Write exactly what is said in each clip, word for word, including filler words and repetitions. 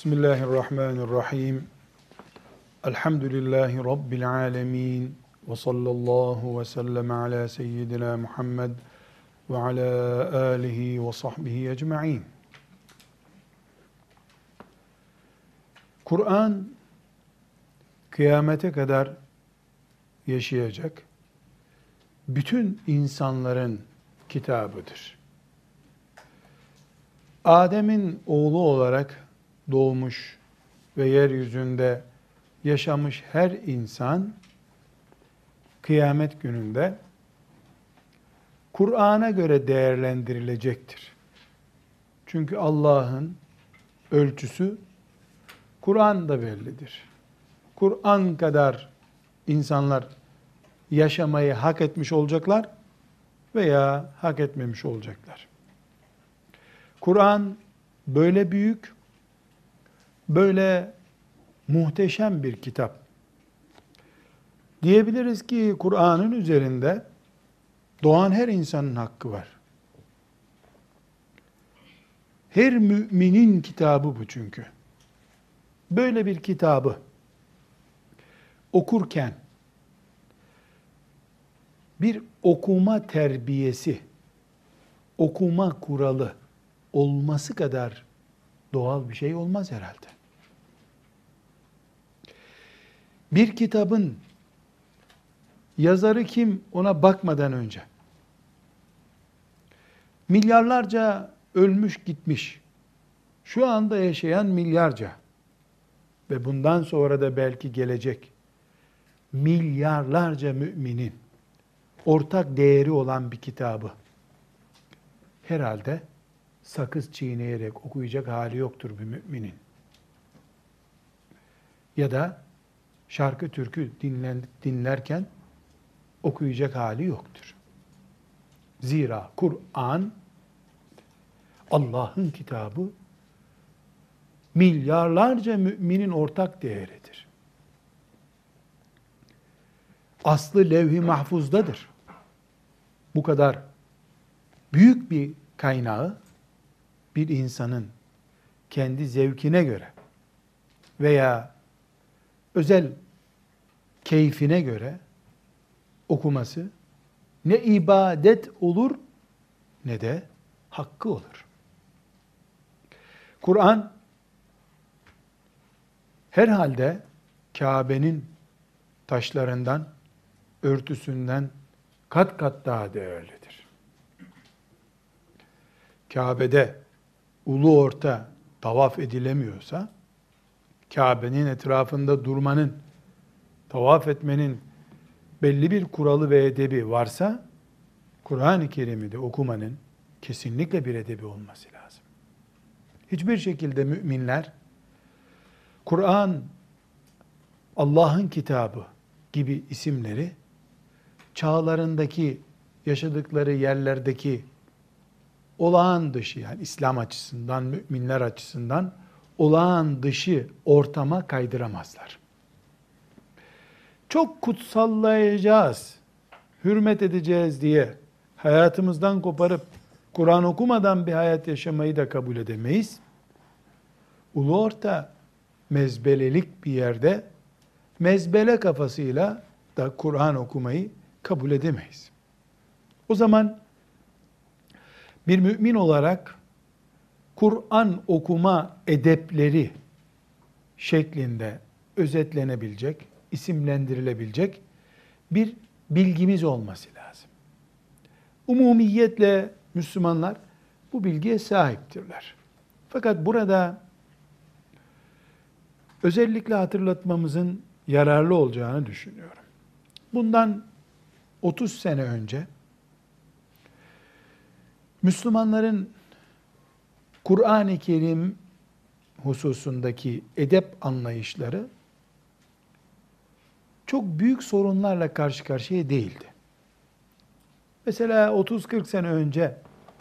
Bismillahirrahmanirrahim. Elhamdülillahi Rabbil alemin. Ve sallallahu ve sellem ala seyyidina Muhammed ve ala alihi ve sahbihi ecma'in. Kur'an kıyamete kadar yaşayacak bütün insanların kitabıdır. Adem'in oğlu olarak doğmuş ve yeryüzünde yaşamış her insan kıyamet gününde Kur'an'a göre değerlendirilecektir. Çünkü Allah'ın ölçüsü Kur'an'da bellidir. Kur'an kadar insanlar yaşamayı hak etmiş olacaklar veya hak etmemiş olacaklar. Kur'an böyle büyük, böyle muhteşem bir kitap. Diyebiliriz ki Kur'an'ın üzerinde doğan her insanın hakkı var. Her müminin kitabı bu çünkü. Böyle bir kitabı okurken bir okuma terbiyesi, okuma kuralı olması kadar doğal bir şey olmaz herhalde. Bir kitabın yazarı kim ona bakmadan önce milyarlarca ölmüş gitmiş, şu anda yaşayan milyarca ve bundan sonra da belki gelecek milyarlarca müminin ortak değeri olan bir kitabı herhalde sakız çiğneyerek okuyacak hali yoktur bir müminin. Ya da şarkı türkü dinlen, dinlerken okuyacak hali yoktur. Zira Kur'an Allah'ın kitabı, milyarlarca müminin ortak değeridir. Aslı levh-i mahfuzdadır. Bu kadar büyük bir kaynağı bir insanın kendi zevkine göre veya özel keyfine göre okuması ne ibadet olur ne de hakkı olur. Kur'an herhalde Kabe'nin taşlarından, örtüsünden kat kat daha değerlidir. Kabe'de ulu orta tavaf edilemiyorsa, Kabe'nin etrafında durmanın, tavaf etmenin belli bir kuralı ve edebi varsa, Kur'an-ı Kerim'i de okumanın kesinlikle bir edebi olması lazım. Hiçbir şekilde müminler, Kur'an, Allah'ın kitabı gibi isimleri, çağlarındaki, yaşadıkları yerlerdeki olağan dışı, yani İslam açısından, müminler açısından olağan dışı ortama kaydıramazlar. Çok kutsallayacağız, hürmet edeceğiz diye hayatımızdan koparıp Kur'an okumadan bir hayat yaşamayı da kabul edemeyiz. Ulu orta mezbelelik bir yerde mezbele kafasıyla da Kur'an okumayı kabul edemeyiz. O zaman bir mümin olarak Kur'an okuma edepleri şeklinde özetlenebilecek, isimlendirilebilecek bir bilgimiz olması lazım. Umumiyetle Müslümanlar bu bilgiye sahiptirler. Fakat burada özellikle hatırlatmamızın yararlı olacağını düşünüyorum. Bundan otuz sene önce Müslümanların Kur'an-ı Kerim hususundaki edep anlayışları çok büyük sorunlarla karşı karşıya değildi. Mesela otuz kırk sene önce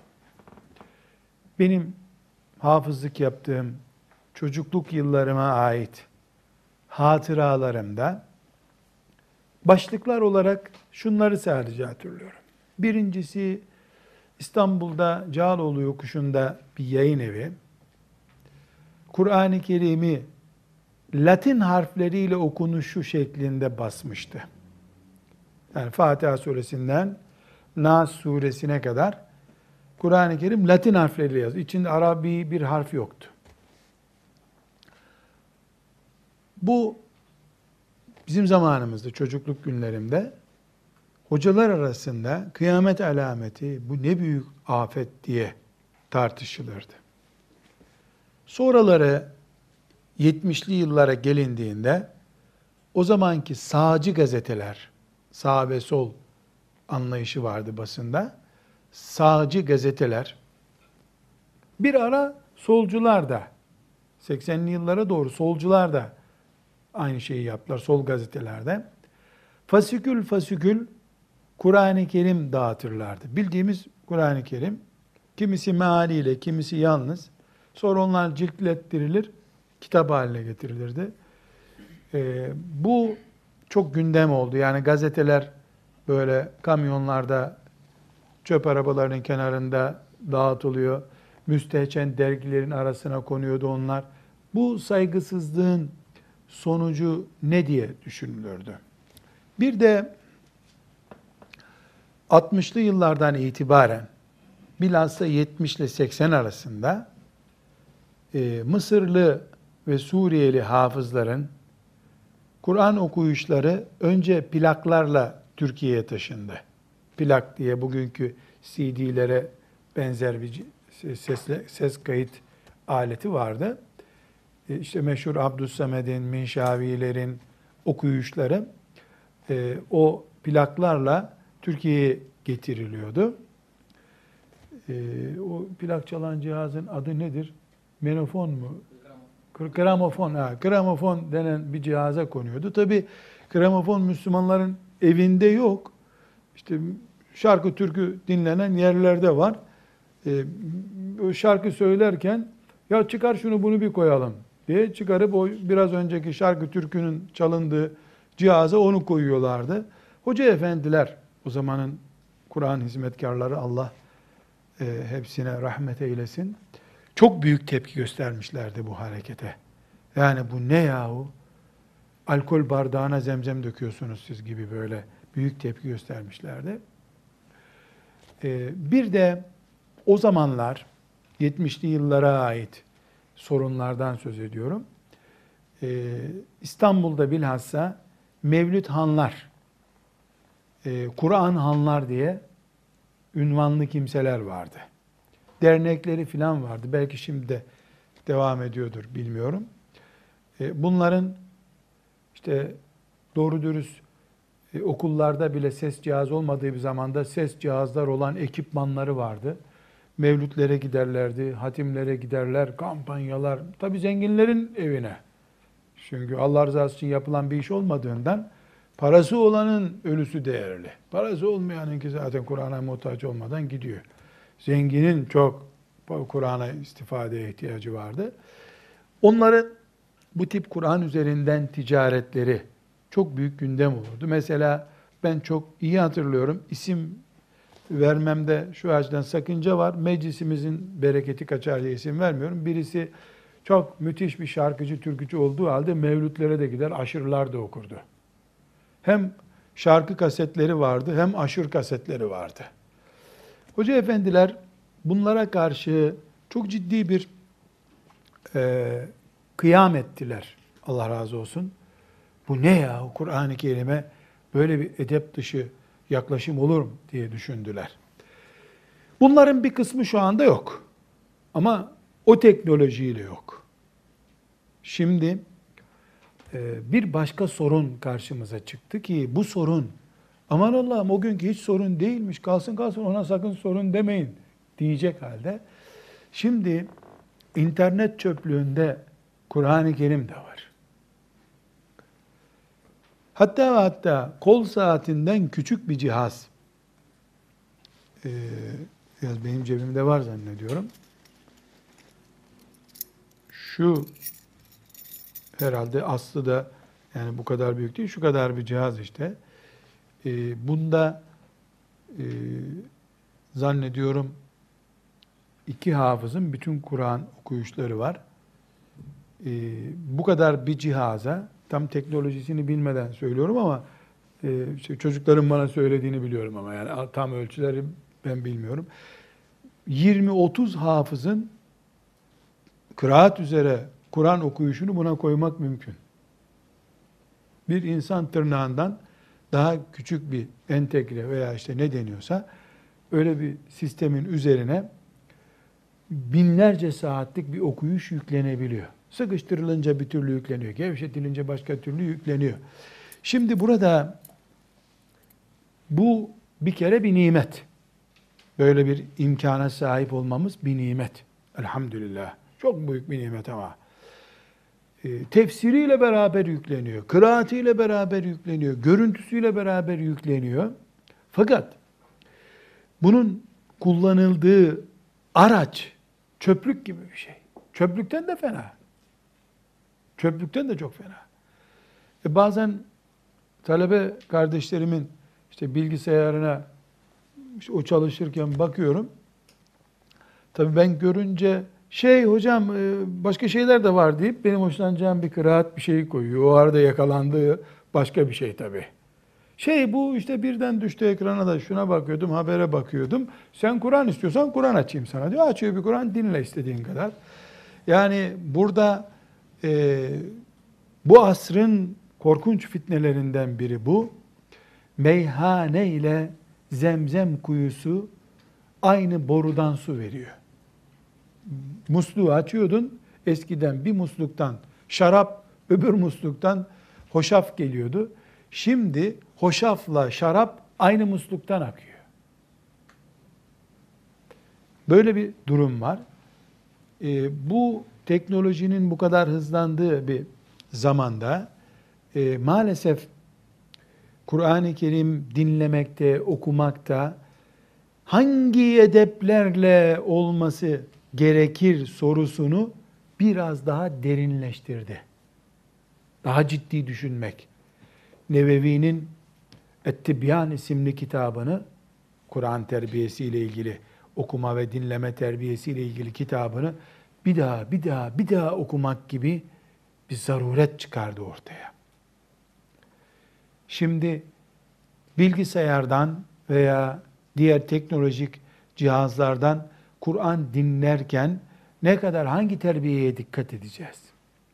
benim hafızlık yaptığım çocukluk yıllarıma ait hatıralarımda başlıklar olarak şunları sadece hatırlıyorum. Birincisi, İstanbul'da Cağaloğlu yokuşunda bir yayın evi, Kur'an-ı Kerim'i Latin harfleriyle okunuşu şeklinde basmıştı. Yani Fatiha suresinden Nas suresine kadar Kur'an-ı Kerim Latin harfleriyle yazıldı. İçinde Arabi bir harf yoktu. Bu bizim zamanımızda, çocukluk günlerimde hocalar arasında kıyamet alameti, bu ne büyük afet diye tartışılırdı. Sonraları yetmişli yıllara gelindiğinde o zamanki sağcı gazeteler, sağ ve sol anlayışı vardı basında. Sağcı gazeteler, bir ara solcular da, seksenli yıllara doğru solcular da aynı şeyi yaptılar sol gazetelerde. Fasikül fasikül Kur'an-ı Kerim dağıtırlardı. Bildiğimiz Kur'an-ı Kerim, kimisi mealiyle, kimisi yalnız. Sonra onlar ciltlettirilir, kitap haline getirilirdi. Ee, bu çok gündem oldu. Yani gazeteler böyle kamyonlarda, çöp arabalarının kenarında dağıtılıyor. Müstehcen dergilerin arasına konuyordu onlar. Bu saygısızlığın sonucu ne diye düşünülürdü? Bir de altmışlı yıllardan itibaren bilhassa yetmiş ile seksen arasında e, Mısırlı ve Suriyeli hafızların Kur'an okuyuşları önce plaklarla Türkiye'ye taşındı. Plak diye bugünkü C D'lere benzer bir ses, ses kayıt aleti vardı. E, işte meşhur Abdüssamed'in, Minşavilerin okuyuşları e, o plaklarla Türkiye'ye getiriliyordu. E, o plak çalan cihazın adı nedir? Menofon mu? Gramofon. Gramofon, ha, gramofon denen bir cihaza konuyordu. Tabi gramofon Müslümanların evinde yok. İşte şarkı türkü dinlenen yerlerde var. E, şarkı söylerken ya çıkar şunu bunu bir koyalım diye çıkarıp o biraz önceki şarkı türkünün çalındığı cihaza onu koyuyorlardı. Hoca efendiler, o zamanın Kur'an hizmetkarları, Allah e, hepsine rahmet eylesin, çok büyük tepki göstermişlerdi bu harekete. Yani bu ne yahu? Alkol bardağına zemzem döküyorsunuz siz gibi böyle büyük tepki göstermişlerdi. E, bir de o zamanlar yetmişli yıllara ait sorunlardan söz ediyorum. Ee, İstanbul'da bilhassa Mevlüt Hanlar, e, Kur'an Hanlar diye ünvanlı kimseler vardı. Dernekleri filan vardı. Belki şimdi de devam ediyordur, bilmiyorum. E, bunların işte doğru dürüst e, okullarda bile ses cihazı olmadığı bir zamanda ses cihazlar olan ekipmanları vardı. Mevlütlere giderlerdi, hatimlere giderler, kampanyalar. Tabii zenginlerin evine. Çünkü Allah rızası için yapılan bir iş olmadığından parası olanın ölüsü değerli. Parası olmayanınki zaten Kur'an'a muhtaç olmadan gidiyor. Zenginin çok Kur'an'a istifadeye ihtiyacı vardı. Onların bu tip Kur'an üzerinden ticaretleri çok büyük gündem olurdu. Mesela ben çok iyi hatırlıyorum, isim vermemde şu açıdan sakınca var. Meclisimizin bereketi kaçar diye isim vermiyorum. Birisi çok müthiş bir şarkıcı, türkücü olduğu halde mevlütlere de gider, aşırılar da okurdu. Hem şarkı kasetleri vardı, hem aşır kasetleri vardı. Hoca efendiler bunlara karşı çok ciddi bir e, kıyam ettiler. Allah razı olsun. Bu ne ya? Kur'an-ı Kerim'e böyle bir edep dışı yaklaşım olur mu diye düşündüler. Bunların bir kısmı şu anda yok. Ama o teknolojiyle yok. Şimdi bir başka sorun karşımıza çıktı ki bu sorun, aman Allah'ım o günkü hiç sorun değilmiş, kalsın kalsın ona sakın sorun demeyin diyecek halde. Şimdi internet çöplüğünde Kur'an-ı Kerim de var. Hatta ve hatta kol saatinden küçük bir cihaz, ee, biraz benim cebimde var zannediyorum. Şu herhalde aslı da yani bu kadar büyük değil, şu kadar bir cihaz işte. Ee, bunda e, zannediyorum iki hafızın bütün Kur'an okuyuşları var. e, bu kadar bir cihaza, tam teknolojisini bilmeden söylüyorum ama e, işte çocukların bana söylediğini biliyorum ama yani tam ölçüleri ben bilmiyorum. yirmi otuz hafızın kıraat üzere Kur'an okuyuşunu buna koymak mümkün. Bir insan tırnağından daha küçük bir entegre veya işte ne deniyorsa öyle bir sistemin üzerine binlerce saatlik bir okuyuş yüklenebiliyor. Sıkıştırılınca bir türlü yükleniyor, gevşetilince başka türlü yükleniyor. Şimdi burada bu bir kere bir nimet. Böyle bir imkana sahip olmamız bir nimet. Elhamdülillah. Çok büyük bir nimet ama. E, tefsiriyle beraber yükleniyor, kıraatiyle beraber yükleniyor, görüntüsüyle beraber yükleniyor. Fakat bunun kullanıldığı araç çöplük gibi bir şey. Çöplükten de fena. Çöplükten de çok fena. E bazen talebe kardeşlerimin işte bilgisayarına işte o çalışırken bakıyorum. Tabii ben görünce şey hocam başka şeyler de var deyip benim hoşlanacağım bir kıraat bir şeyi koyuyor. O arada yakalandığı başka bir şey tabii. Şey bu işte birden düştü ekrana da şuna bakıyordum, habere bakıyordum. Sen Kur'an istiyorsan Kur'an açayım sana diyor. Açıyor bir Kur'an, dinle istediğin kadar. Yani burada e, bu asrın korkunç fitnelerinden biri bu. Meyhane ile zemzem kuyusu aynı borudan su veriyor. Musluğu açıyordun, eskiden bir musluktan şarap, öbür musluktan hoşaf geliyordu. Şimdi hoşafla şarap aynı musluktan akıyor. Böyle bir durum var. E, bu teknolojinin bu kadar hızlandığı bir zamanda e, maalesef Kur'an-ı Kerim dinlemekte, okumakta hangi edeplerle olması gerekir sorusunu biraz daha derinleştirdi. Daha ciddi düşünmek. Nevevi'nin Et-Tibyan isimli kitabını, Kur'an terbiyesiyle ilgili, okuma ve dinleme terbiyesiyle ilgili kitabını bir daha, bir daha, bir daha okumak gibi bir zaruret çıkardı ortaya. Şimdi bilgisayardan veya diğer teknolojik cihazlardan Kur'an dinlerken ne kadar hangi terbiyeye dikkat edeceğiz?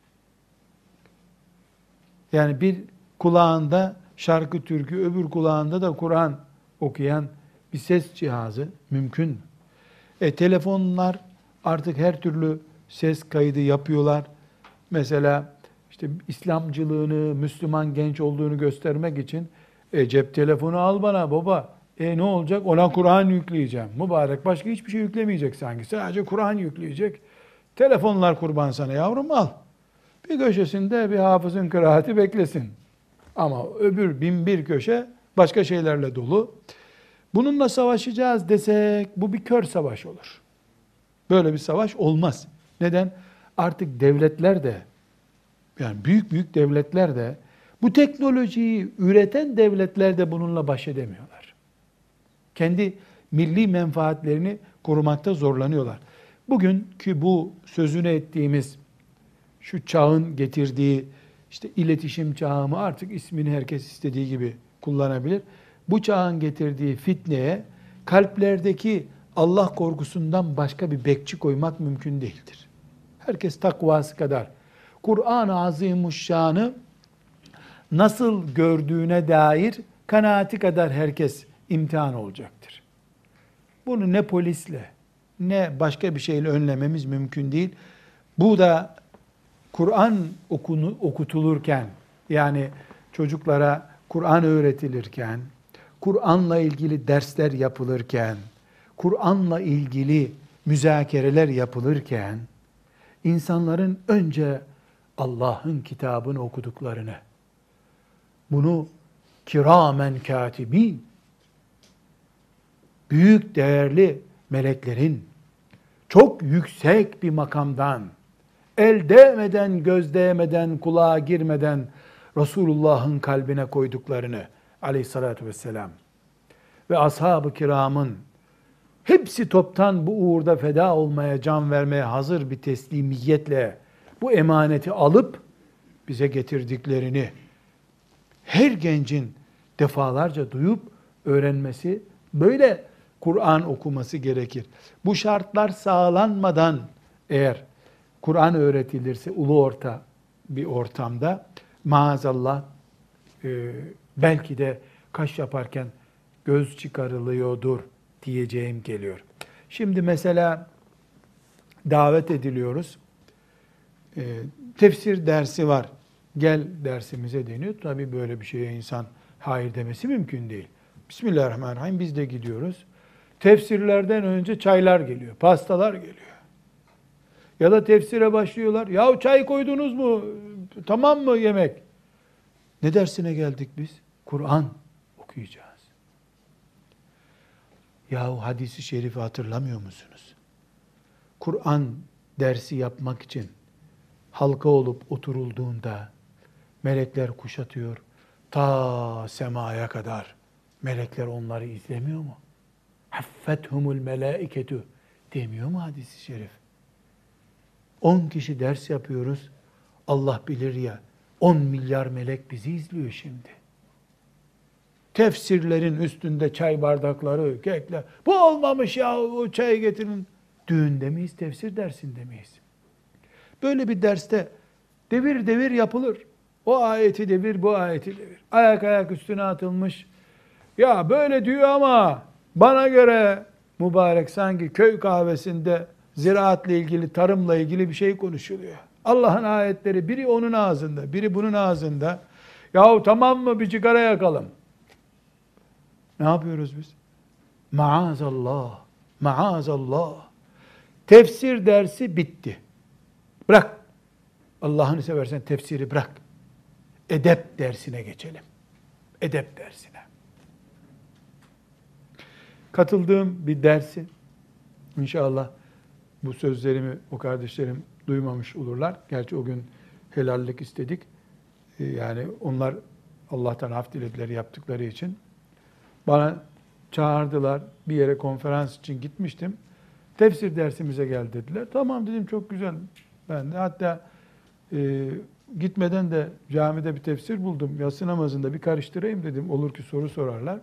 Yani bir kulağında şarkı türkü, öbür kulağında da Kur'an okuyan bir ses cihazı mümkün mü? E, telefonlar artık her türlü ses kaydı yapıyorlar. Mesela işte İslamcılığını, Müslüman genç olduğunu göstermek için e, cep telefonu al bana baba. E ne olacak? Ona Kur'an yükleyeceğim. Mübarek başka hiçbir şey yüklemeyecek sanki. Sadece Kur'an yükleyecek. Telefonlar kurban sana yavrum al. Bir köşesinde bir hafızın kıraati beklesin. Ama öbür bin bir köşe başka şeylerle dolu. Bununla savaşacağız desek bu bir kör savaş olur. Böyle bir savaş olmaz. Neden? Artık devletler de yani büyük büyük devletler de bu teknolojiyi üreten devletler de bununla baş edemiyorlar. Kendi milli menfaatlerini korumakta zorlanıyorlar. Bugünkü bu sözünü ettiğimiz şu çağın getirdiği işte iletişim çağı mı artık ismini herkes istediği gibi kullanabilir. Bu çağın getirdiği fitneye kalplerdeki Allah korkusundan başka bir bekçi koymak mümkün değildir. Herkes takvası kadar Kur'an-ı Azimuşşan'ı nasıl gördüğüne dair kanaati kadar herkes imtihan olacaktır. Bunu ne polisle ne başka bir şeyle önlememiz mümkün değil. Bu da Kur'an okunu, okutulurken yani çocuklara Kur'an öğretilirken, Kur'an'la ilgili dersler yapılırken, Kur'an'la ilgili müzakereler yapılırken insanların önce Allah'ın kitabını okuduklarını, bunu kiramen katibin, büyük değerli meleklerin çok yüksek bir makamdan, el değmeden, göz değmeden, kulağa girmeden Resulullah'ın kalbine koyduklarını aleyhissalatü vesselam ve ashab-ı kiramın hepsi toptan bu uğurda feda olmaya, can vermeye hazır bir teslimiyetle bu emaneti alıp bize getirdiklerini her gencin defalarca duyup öğrenmesi, böyle Kur'an okuması gerekir. Bu şartlar sağlanmadan eğer Kur'an öğretilirse ulu orta bir ortamda maazallah e, belki de kaş yaparken göz çıkarılıyordur diyeceğim geliyor. Şimdi mesela davet ediliyoruz. E, tefsir dersi var. Gel dersimize deniyor. Tabii böyle bir şeye insan hayır demesi mümkün değil. Bismillahirrahmanirrahim biz de gidiyoruz. Tefsirlerden önce çaylar geliyor, pastalar geliyor. Ya da tefsire başlıyorlar. Yahu çay koydunuz mu? Tamam mı yemek? Ne dersine geldik biz? Kur'an okuyacağız. Yahu hadisi şerifi hatırlamıyor musunuz? Kur'an dersi yapmak için halka olup oturulduğunda melekler kuşatıyor. Ta semaya kadar melekler onları izlemiyor mu? Haffethumul melaiketu demiyor mu hadis-i şerif? on kişi ders yapıyoruz. Allah bilir ya on milyar melek bizi izliyor şimdi. Tefsirlerin üstünde çay bardakları, kekler. Bu olmamış ya, o çayı getirin. Düğünde miyiz, tefsir dersinde miyiz? Böyle bir derste devir devir yapılır. O ayeti devir, bu ayeti devir. Ayak ayak üstüne atılmış. Ya böyle diyor ama bana göre mübarek sanki köy kahvesinde ziraatle ilgili, tarımla ilgili bir şey konuşuluyor. Allah'ın ayetleri biri onun ağzında, biri bunun ağzında. Yahu tamam mı bir sigara yakalım. Ne yapıyoruz biz? Maazallah, maazallah. Tefsir dersi bitti. Bırak. Allah'ını seversen tefsiri bırak. Edep dersine geçelim. Edep dersine. Katıldığım bir dersi, İnşallah bu sözlerimi o kardeşlerim duymamış olurlar. Gerçi o gün helallik istedik. Yani onlar Allah'tan af dilediler yaptıkları için. Bana çağırdılar, bir yere konferans için gitmiştim. Tefsir dersimize gel dediler. Tamam dedim, çok güzel. Ben de hatta e, gitmeden de camide bir tefsir buldum. Yatsı namazında bir karıştırayım dedim. Olur ki soru sorarlar.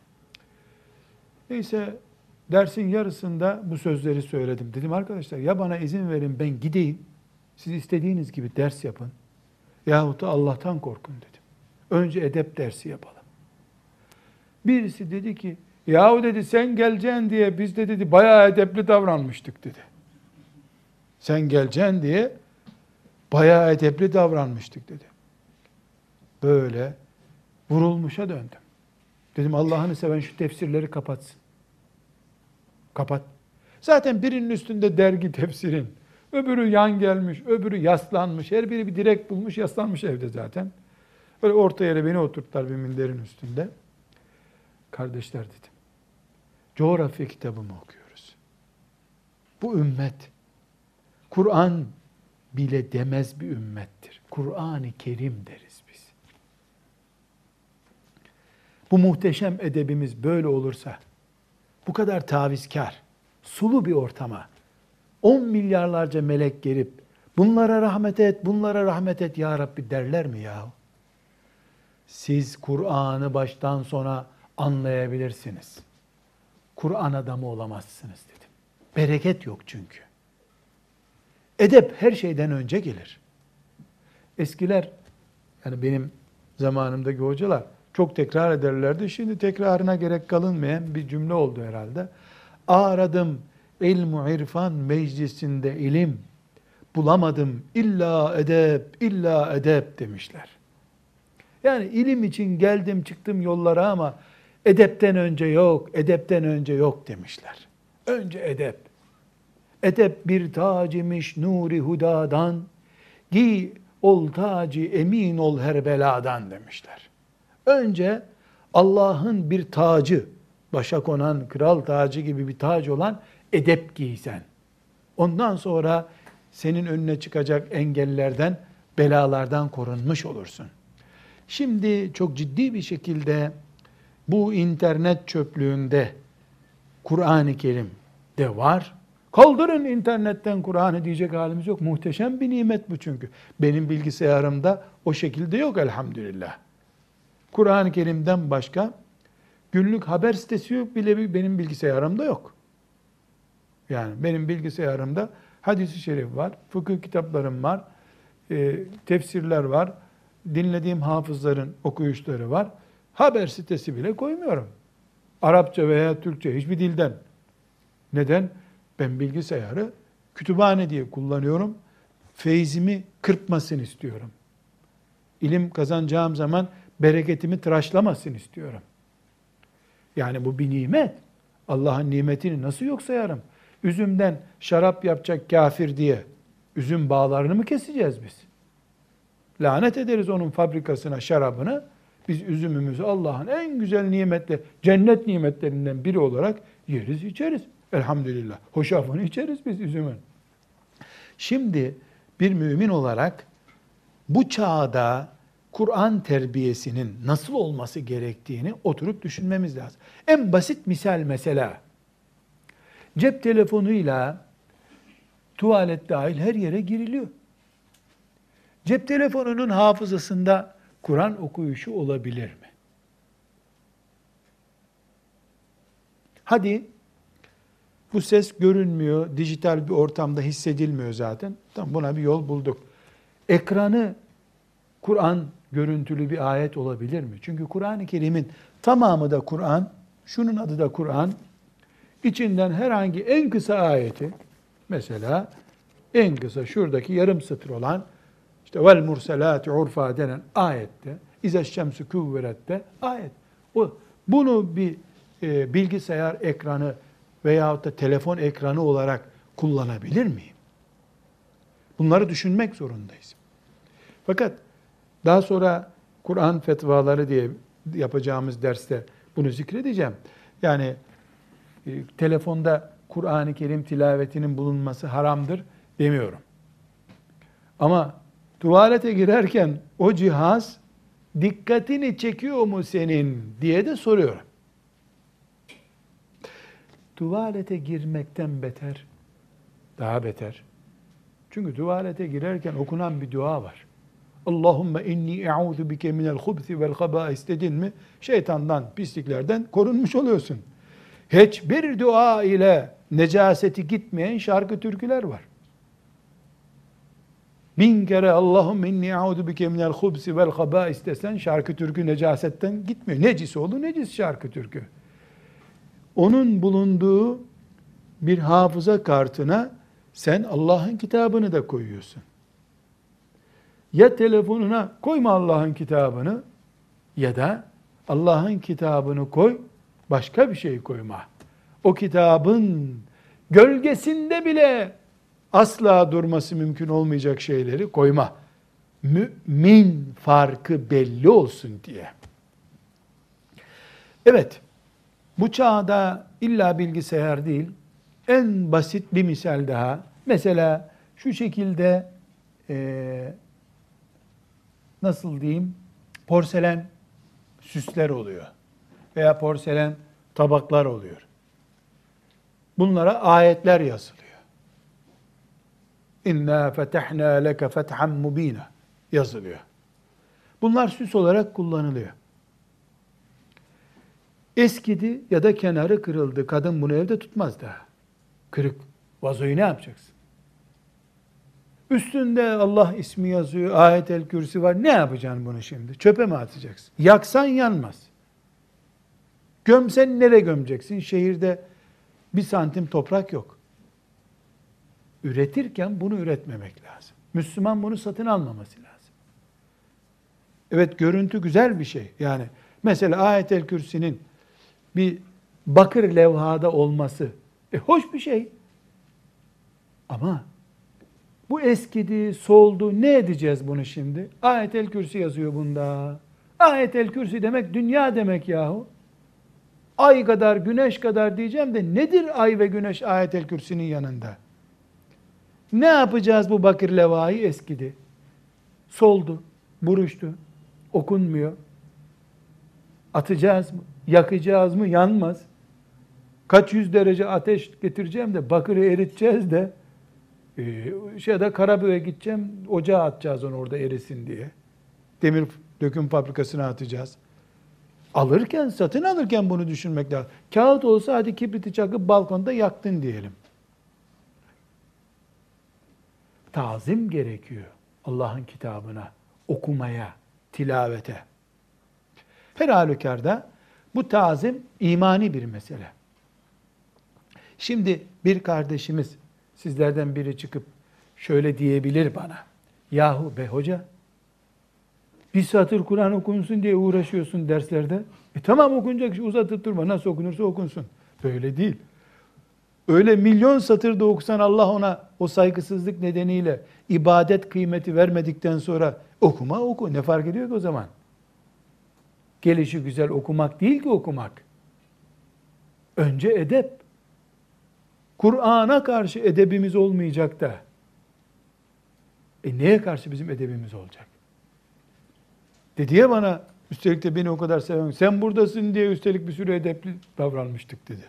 Neyse dersin yarısında bu sözleri söyledim. Dedim arkadaşlar ya bana izin verin ben gideyim. Siz istediğiniz gibi ders yapın. Yahut da Allah'tan korkun dedim. Önce edep dersi yapalım. Birisi dedi ki yahu dedi sen geleceksin diye biz de dedi bayağı edepli davranmıştık dedi. Sen geleceksin diye bayağı edepli davranmıştık dedi. Böyle vurulmuşa döndüm. Dedim Allah'ını seven şu tefsirleri kapatsın. Kapat. Zaten birinin üstünde dergi tefsirin. Öbürü yan gelmiş, öbürü yaslanmış. Her biri bir direk bulmuş, yaslanmış evde zaten. Böyle orta yere beni oturttular bir minderin üstünde. Kardeşler dedim. Coğrafya kitabımı okuyoruz. Bu ümmet Kur'an bile demez bir ümmettir. Kur'an-ı Kerim deriz biz. Bu muhteşem edebimiz böyle olursa, bu kadar tavizkar, sulu bir ortama on milyarlarca melek gelip bunlara rahmet et, bunlara rahmet et ya Rabbi derler mi ya? Siz Kur'an'ı baştan sona anlayabilirsiniz. Kur'an adamı olamazsınız dedim. Bereket yok çünkü. Edep her şeyden önce gelir. Eskiler, yani benim zamanımdaki hocalar çok tekrar ederlerdi. Şimdi tekrarına gerek kalınmayan bir cümle oldu herhalde. Aradım ilmu irfan meclisinde ilim, bulamadım illa edep, illa edep demişler. Yani ilim için geldim çıktım yollara ama edepten önce yok, edepten önce yok demişler. Önce edep. Edep bir tac imiş nuri hudadan, giy ol tacı emin ol her beladan demişler. Önce Allah'ın bir tacı, başa konan kral tacı gibi bir tac olan edep giysen. Ondan sonra senin önüne çıkacak engellerden, belalardan korunmuş olursun. Şimdi çok ciddi bir şekilde bu internet çöplüğünde Kur'an-ı Kerim de var. Kaldırın internetten Kur'an'ı diyecek halimiz yok. Muhteşem bir nimet bu çünkü. Benim bilgisayarımda o şekilde yok elhamdülillah. Kur'an-ı Kerim'den başka günlük haber sitesi yok bile benim bilgisayarımda yok. Yani benim bilgisayarımda hadis-i şerif var, fıkıh kitaplarım var, e, tefsirler var, dinlediğim hafızların okuyuşları var. Haber sitesi bile koymuyorum. Arapça veya Türkçe hiçbir dilden. Neden? Ben bilgisayarı kütüphane diye kullanıyorum. Feyzimi kırpmasın istiyorum. İlim kazanacağım zaman bereketimi tıraşlamasın istiyorum. Yani bu bir nimet. Allah'ın nimetini nasıl yok sayarım? Üzümden şarap yapacak kafir diye üzüm bağlarını mı keseceğiz biz? Lanet ederiz onun fabrikasına, şarabını. Biz üzümümüzü Allah'ın en güzel nimetle, cennet nimetlerinden biri olarak yeriz, içeriz. Elhamdülillah. Hoşafını içeriz biz üzümün. Şimdi bir mümin olarak bu çağda Kur'an terbiyesinin nasıl olması gerektiğini oturup düşünmemiz lazım. En basit misal mesela, cep telefonuyla tuvalet dahil her yere giriliyor. Cep telefonunun hafızasında Kur'an okuyuşu olabilir mi? Hadi bu ses görünmüyor, dijital bir ortamda hissedilmiyor zaten. Tamam, buna bir yol bulduk. Ekranı Kur'an görüntülü bir ayet olabilir mi? Çünkü Kur'an-ı Kerim'in tamamı da Kur'an, şunun adı da Kur'an. İçinden herhangi en kısa ayeti, mesela en kısa şuradaki yarım satır olan işte vel murselati urfa denen ayette, İze şemsü kuvverette ayet. O, bunu bir e, bilgisayar ekranı veyahut da telefon ekranı olarak kullanabilir miyim? Bunları düşünmek zorundayız. Fakat daha sonra Kur'an fetvaları diye yapacağımız derste bunu zikredeceğim. Yani e, telefonda Kur'an-ı Kerim tilavetinin bulunması haramdır demiyorum. Ama tuvalete girerken o cihaz dikkatini çekiyor mu senin diye de soruyorum. Tuvalete girmekten beter, daha beter. Çünkü tuvalete girerken okunan bir dua var. Allahümme inni e'udhu bike minel hubsi vel habais dedin mi, şeytandan, pisliklerden korunmuş oluyorsun. Hiçbir dua ile necaseti gitmeyen şarkı türküler var. Bin kere Allahümme inni e'udhu bike minel hubsi vel habais desen şarkı türkü necasetten gitmiyor. Necis oldu, necis şarkı türkü. Onun bulunduğu bir hafıza kartına sen Allah'ın kitabını da koyuyorsun. Ya telefonuna koyma Allah'ın kitabını ya da Allah'ın kitabını koy, başka bir şey koyma. O kitabın gölgesinde bile asla durması mümkün olmayacak şeyleri koyma. Mümin farkı belli olsun diye. Evet, bu çağda illa bilgisayar değil, en basit bir misal daha. Mesela şu şekilde e, nasıl diyeyim, porselen süsler oluyor veya porselen tabaklar oluyor. Bunlara ayetler yazılıyor. İnna fetahna leke fethan mubina yazılıyor. Bunlar süs olarak kullanılıyor. Eskidi ya da kenarı kırıldı. Kadın bunu evde tutmaz daha. Kırık vazoyu ne yapacaksın? Üstünde Allah ismi yazıyor, ayet-el kürsi var. Ne yapacaksın bunu şimdi? Çöpe mi atacaksın? Yaksan yanmaz. Gömsen nereye gömeceksin? Şehirde bir santim toprak yok. Üretirken bunu üretmemek lazım. Müslüman bunu satın almaması lazım. Evet, görüntü güzel bir şey. Yani mesela ayet-el kürsinin bir bakır levhada olması e, hoş bir şey. Ama bu eskidi, soldu. Ne edeceğiz bunu şimdi? Ayet-el Kürsi yazıyor bunda. Ayet-el Kürsi demek dünya demek yahu. Ay kadar, güneş kadar diyeceğim de nedir ay ve güneş Ayet-el Kürsi'nin yanında? Ne yapacağız bu bakır levhayı? Eskidi, soldu, buruştu, okunmuyor. Atacağız mı? Yakacağız mı? Yanmaz. Kaç yüz derece ateş getireceğim de bakırı eriteceğiz de e, şeyde Karabük'e gideceğim, ocağa atacağız onu orada erisin diye. Demir döküm fabrikasına atacağız. Alırken, satın alırken bunu düşünmek lazım. Kağıt olsa hadi kibriti çakıp balkonda yaktın diyelim. Tazim gerekiyor Allah'ın kitabına, okumaya, tilavete. Her halükarda bu tazim imani bir mesele. Şimdi bir kardeşimiz, sizlerden biri çıkıp şöyle diyebilir bana. Yahu be hoca, bir satır Kur'an okunsun diye uğraşıyorsun derslerde. E tamam, okunacak, uzatıp durma, nasıl okunursa okunsun. Böyle değil. Öyle milyon satırda okusan Allah ona o saygısızlık nedeniyle ibadet kıymeti vermedikten sonra okuma oku. Ne fark ediyor ki o zaman? Gelişi güzel okumak değil ki okumak. Önce edep. Kur'an'a karşı edebimiz olmayacak da e neye karşı bizim edebimiz olacak? Dedi ya bana, üstelik de beni o kadar seven, sen buradasın diye üstelik bir sürü edepli davranmıştık dedi.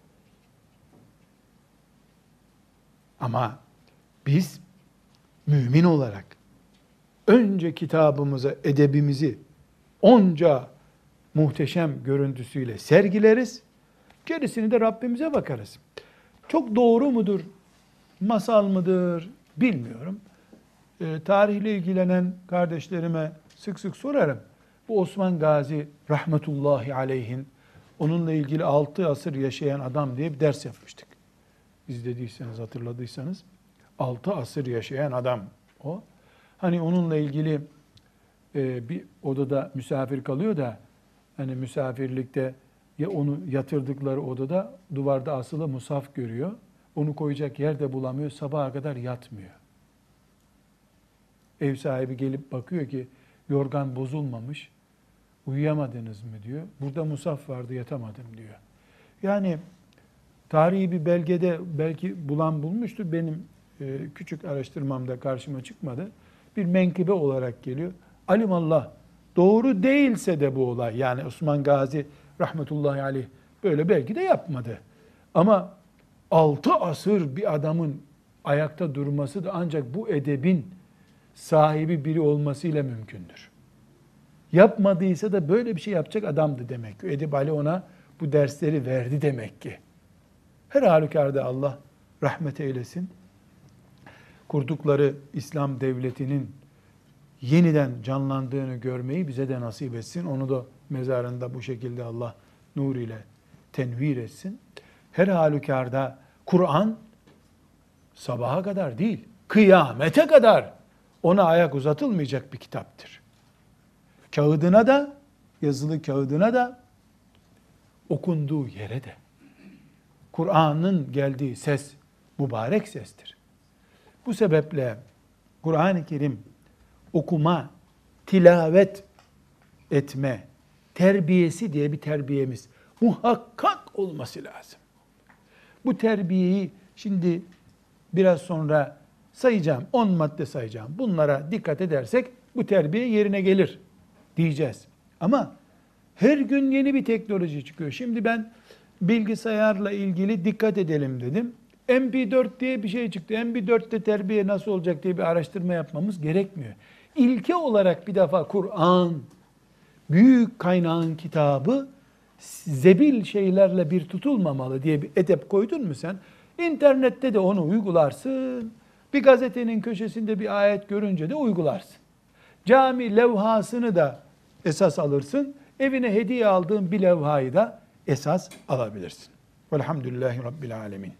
Ama biz mümin olarak önce kitabımıza, edebimizi onca muhteşem görüntüsüyle sergileriz. Gerisini de Rabbimize bakarız. Çok doğru mudur, masal mıdır bilmiyorum. E, tarihle ilgilenen kardeşlerime sık sık sorarım. Bu Osman Gazi rahmetullahi aleyhin, onunla ilgili altı asır yaşayan adam diye bir ders yapmıştık. İzlediyseniz, hatırladıysanız. Altı asır yaşayan adam o. Hani onunla ilgili e, bir odada misafir kalıyor da, hani misafirlikte ya onu yatırdıkları odada duvarda asılı mushaf görüyor. Onu koyacak yer de bulamıyor. Sabaha kadar yatmıyor. Ev sahibi gelip bakıyor ki yorgan bozulmamış. Uyuyamadınız mı diyor. Burada mushaf vardı, yatamadım diyor. Yani tarihi bir belgede belki bulan bulmuştur. Benim e, küçük araştırmamda karşıma çıkmadı. Bir menkıbe olarak geliyor. Alimallah, doğru değilse de bu olay, yani Osman Gazi rahmetullahi aleyh böyle belki de yapmadı. Ama altı asır bir adamın ayakta durması da ancak bu edebin sahibi biri olmasıyla mümkündür. Yapmadıysa da böyle bir şey yapacak adamdı demek ki. Edip Ali ona bu dersleri verdi demek ki. Her halükarda Allah rahmet eylesin. Kurdukları İslam devletinin yeniden canlandığını görmeyi bize de nasip etsin. Onu da mezarında bu şekilde Allah nur ile tenvir etsin. Her halükarda Kur'an sabaha kadar değil, kıyamete kadar ona ayak uzatılmayacak bir kitaptır. Kağıdına da, yazılı kağıdına da, okunduğu yere de. Kur'an'ın geldiği ses mübarek sestir. Bu sebeple Kur'an-ı Kerim okuma, tilavet etme, terbiyesi diye bir terbiyemiz muhakkak olması lazım. Bu terbiyeyi şimdi biraz sonra sayacağım, on madde sayacağım. Bunlara dikkat edersek bu terbiye yerine gelir diyeceğiz. Ama her gün yeni bir teknoloji çıkıyor. Şimdi ben bilgisayarla ilgili dikkat edelim dedim. M P dört diye bir şey çıktı. M P dörtte terbiye nasıl olacak diye bir araştırma yapmamız gerekmiyor. İlke olarak bir defa Kur'an, büyük kaynağın kitabı, zebil şeylerle bir tutulmamalı diye bir edep koydun mu sen? İnternette de onu uygularsın. Bir gazetenin köşesinde bir ayet görünce de uygularsın. Cami levhasını da esas alırsın. Evine hediye aldığın bir levhayı da esas alabilirsin. Velhamdülillahi Rabbil alemin.